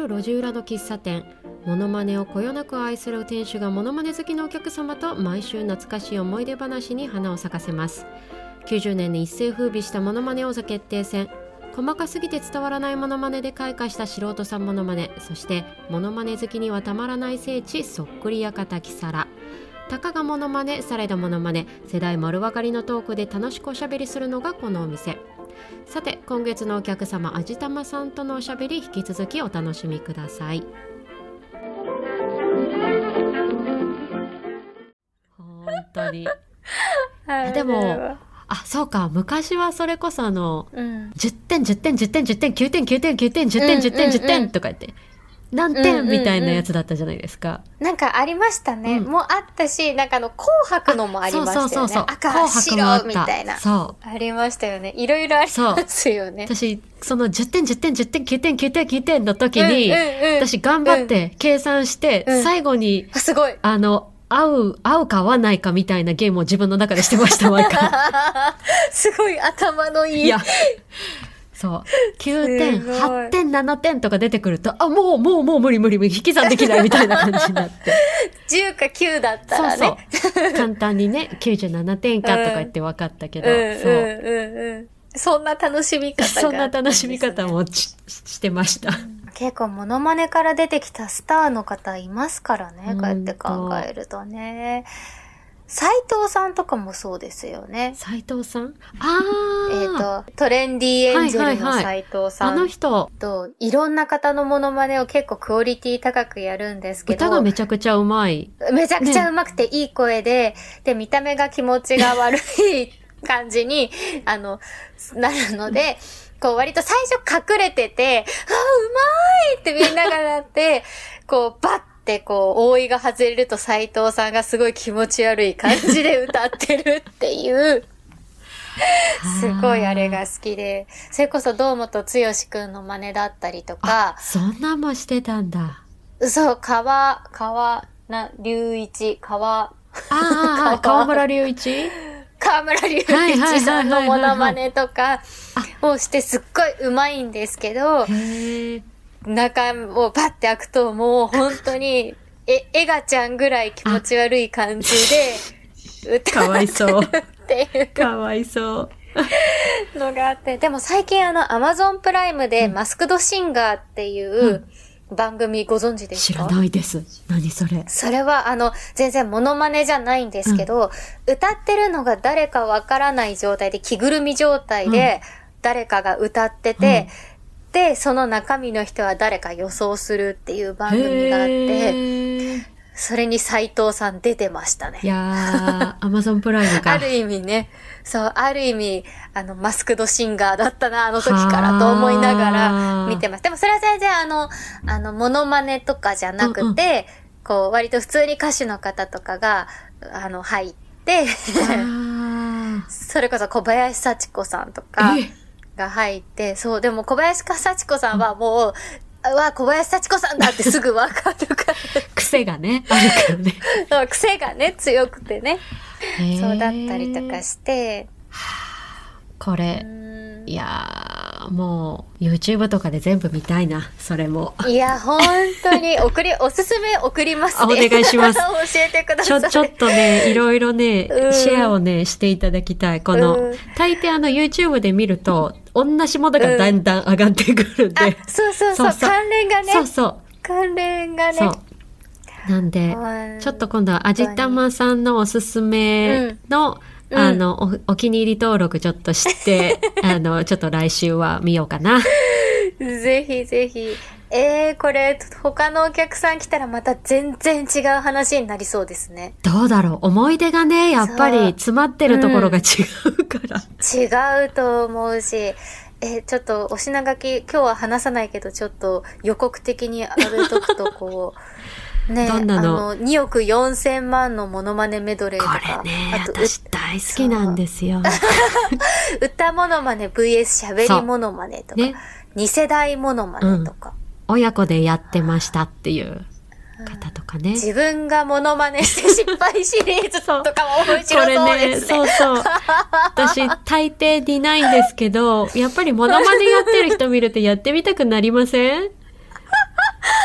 る路地裏の喫茶店。モノマネをこよなく愛する店主がモノマネ好きのお客様と毎週懐かしい思い出話に花を咲かせます。90年に一世風靡したモノマネ王座決定戦。細かすぎて伝わらないモノマネで開花した素人さんモノマネ、そしてモノマネ好きにはたまらない聖地そっくり館キサラ。たかがモノマネ、されどモノマネ、世代丸分かりのトークで楽しくおしゃべりするのがこのお店。さて今月のお客様、あじたまさんとのおしゃべり、引き続きお楽しみください。本当にでもそうか、昔はそれこそ10点10点10点10点9点9点9点10点10点10点とか言って何点みたいなやつだったじゃないですか。 なんかありましたね。もうあったし、なんか紅白のもありましたよね。 そう赤白みたいな。 そう。 ありましたよね。いろいろありますよね。 私、その10点10点10点9点9点9点の時に、私頑張って計算して、最後に、 すごい。 合うか合わないかみたいなゲームを自分の中でしてました、毎回。 すごい頭のいい。 いや。そう。9点、8点、7点とか出てくると、もう無理、引き算できないみたいな感じになって。 10か9だったらね。 そう簡単にね、97点かとか言って分かったけど、 そんな楽しみ方が。 そんな楽しみ方もしてました。 結構モノマネから出てきたスターの方いますからね、こうやって考えるとね。斉藤さんとかもそうですよね。 斉藤さん？ トレンディエンジェルの斉藤さん。 あの人と、いろんな方のモノマネを結構クオリティ高くやるんですけど。 歌がめちゃくちゃうまい。 めちゃくちゃうまくていい声で、で、見た目が気持ちが悪い感じに、なるので、こう割と最初隠れてて、うまいってみんながなって、こうバッてこう覆いが外れると斉藤さんがすごい気持ち悪い感じで歌ってるっていう、すごいあれが好きで、それこそ堂本剛くんの真似だったりとか。 そんなんもしてたんだ。 そう、川村隆一川村隆一さんのモノマネとかをしてすっごい上手いんですけど、中をパッて開くともう本当にエガちゃんぐらい気持ち悪い感じで歌ってるっていうかわいそうのがあって、でも最近Amazon プライムでマスクドシンガーっていう番組ご存知ですか？ 知らないです。何それ？ それは全然モノマネじゃないんですけど、歌ってるのが誰かわからない状態で、着ぐるみ状態で誰かが歌ってて、で、その中身の人は誰か予想するっていう番組があって、それに斉藤さん出てましたね。 いやー、Amazon プライムか。 ある意味ね、そう、ある意味、マスクドシンガーだったな、あの時からと思いながら見てます。でもそれは全然モノマネとかじゃなくて、こう、割と普通に歌手の方とかが、入って、それこそ小林幸子さんとかが入って、そう、でも小林幸子さんはもう、小林幸子さんだってすぐわかるから。 癖がね、あるからね。 そう、癖がね、強くてね。そうだったりとかして。 これ、いやー、もう YouTube とかで全部見たいな、それも。 いや、本当におすすめ送りますね。 お願いします。 教えてください。 ちょっとね、いろいろね、シェアをね、していただきたい。大抵YouTube で見ると、同じものがだんだん上がってくるんで。 そう、関連がね。 そう。 関連がね。そう。 なんで、ちょっと今度はあじたまさんのおすすめの、お気に入り登録ちょっとして、ちょっと来週は見ようかな。 ぜひぜひ。これ、他のお客さん来たらまた全然違う話になりそうですね。 どうだろう。思い出がね、やっぱり詰まってるところが違うから。 違うと思うし、ちょっとお品書き、今日は話さないけど、ちょっと予告的に上げとくと、こう、ね、2億4000万のモノマネメドレーとか。 これね、私大好きなんですよ。 歌モノマネ VS 喋りモノマネとか、ね、2世代モノマネとか、 親子でやってましたっていう方とかね。 自分がモノマネして失敗シリーズとかも面白そうですね。 これね、そう。私、大抵ディナイんですけど、やっぱりモノマネやってる人見るとやってみたくなりません？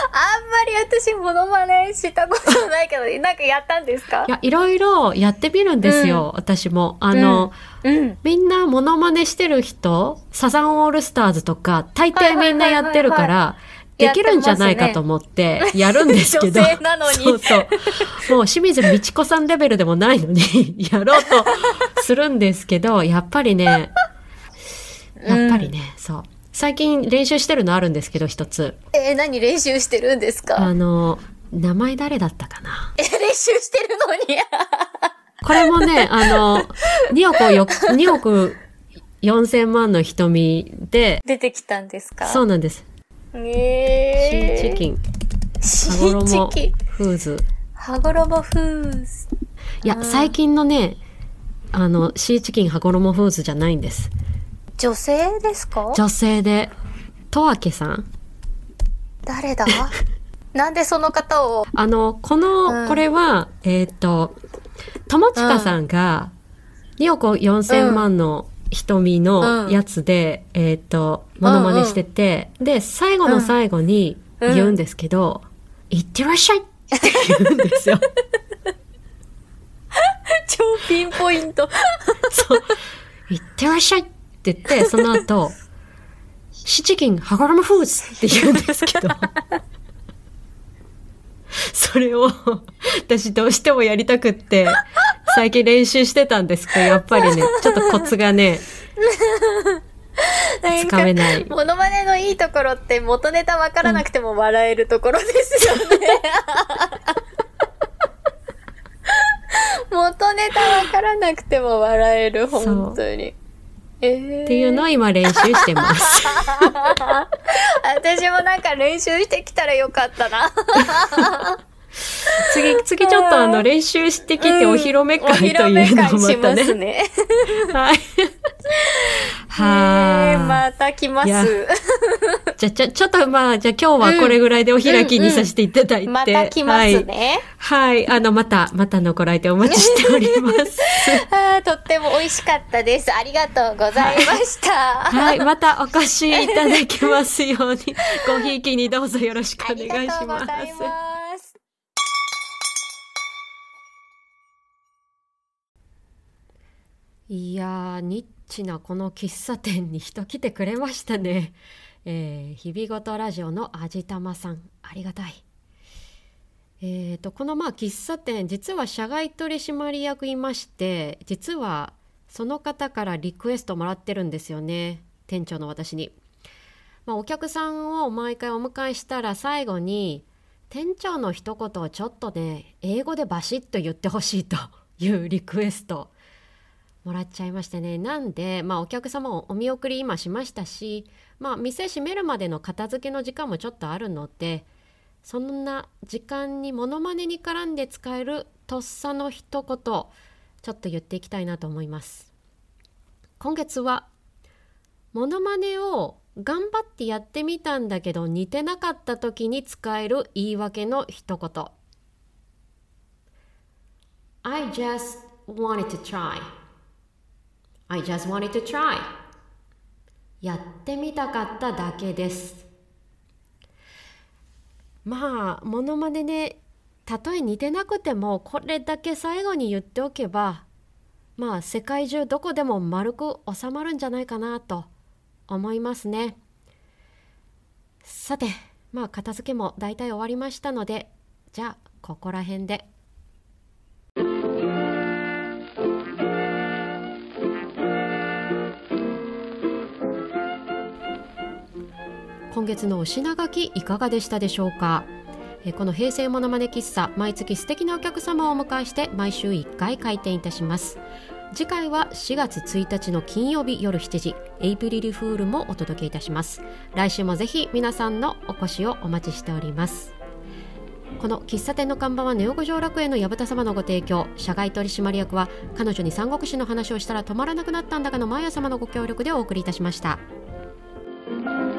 り私モノマネしたことないけど、なんかやったんですか？ いや、いろいろやってみるんですよ、私も。みんなモノマネしてる人、サザンオールスターズとか、大抵みんなやってるから、できるんじゃないかと思ってやるんですけど。 女性なのに。 そうそう。もう清水美智子さんレベルでもないのに、やろうとするんですけど、やっぱりね、そう。最近練習してるのあるんですけど、一つ。 何練習してるんですか？ 名前誰だったかな。 練習してるのに。 これもね、2億4000万の瞳で。 出てきたんですか？ そうなんです。シーチキン。羽衣フーズ。 羽衣フーズ。 いや、最近のね、シーチキン羽衣フーズじゃないんです。 女性ですか？ 女性で、とわけさん。 誰だ？なんでその方を。 これは、友近さんが2億4000万の瞳のやつで、モノマネしてて、で、最後の最後に言うんですけど、いってらっしゃいって言うんですよ。 超ピンポイント。 そう。いってらっしゃいって言って、その後、シチキン羽衣フーズって言うんですけど、それを私どうしてもやりたくって、最近練習してたんですけど、やっぱりね、ちょっとコツがね、つかめない。 モノマネのいいところって元ネタわからなくても笑えるところですよね。元ネタわからなくても笑える、本当に。っていうのを今練習してます。 私もなんか練習してきたらよかったな。 次ちょっと練習してきてお披露目会というのをまたね。 しますね。 はい。 また来ます。 ちょっとじゃあ今日はこれぐらいでお開きにさせていただいて。 また来ますね。 はい。またのご来店お待ちしております。 とっても美味しかったです。ありがとうございました。 はい。またお越しいただけますように、ごひいきにどうぞよろしくお願いします。 ありがとうございます。 いやー、ニッチなこの喫茶店に人来てくれましたね。日々ごとラジオのあじたまさん、ありがたい。この喫茶店、実は社外取締役いまして、実はその方からリクエストもらってるんですよね、店長の私に。お客さんを毎回お迎えしたら最後に、店長の一言をちょっとね、英語でバシッと言ってほしいというリクエストもらっちゃいましてね。なんで、お客様をお見送り今しましたし、店閉めるまでの片付けの時間もちょっとあるので、そんな時間にモノマネに絡んで使えるとっさの一言、ちょっと言っていきたいなと思います。今月は、モノマネを頑張ってやってみたんだけど似てなかった時に使える言い訳の一言。I just wanted to try.I just wanted to try. やってみたかっただけです。モノマネね、たとえ似てなくてもこれだけ最後に言っておけば、世界中どこでも丸く収まるんじゃないかなと思いますね。さて、片付けも大体終わりましたので、じゃあここら辺で。今月のお品書きいかがでしたでしょうか。この平成モノマネ喫茶、毎月素敵なお客様をお迎えして毎週1回開店いたします。次回は4月1日の金曜日夜7時、エイプリルフールもお届けいたします。来週もぜひ皆さんのお越しをお待ちしております。この喫茶店の看板はネオ五条楽園の矢蓋様のご提供、社外取締役は彼女に三国志の話をしたら止まらなくなったんだがのマーヤ様のご協力でお送りいたしました。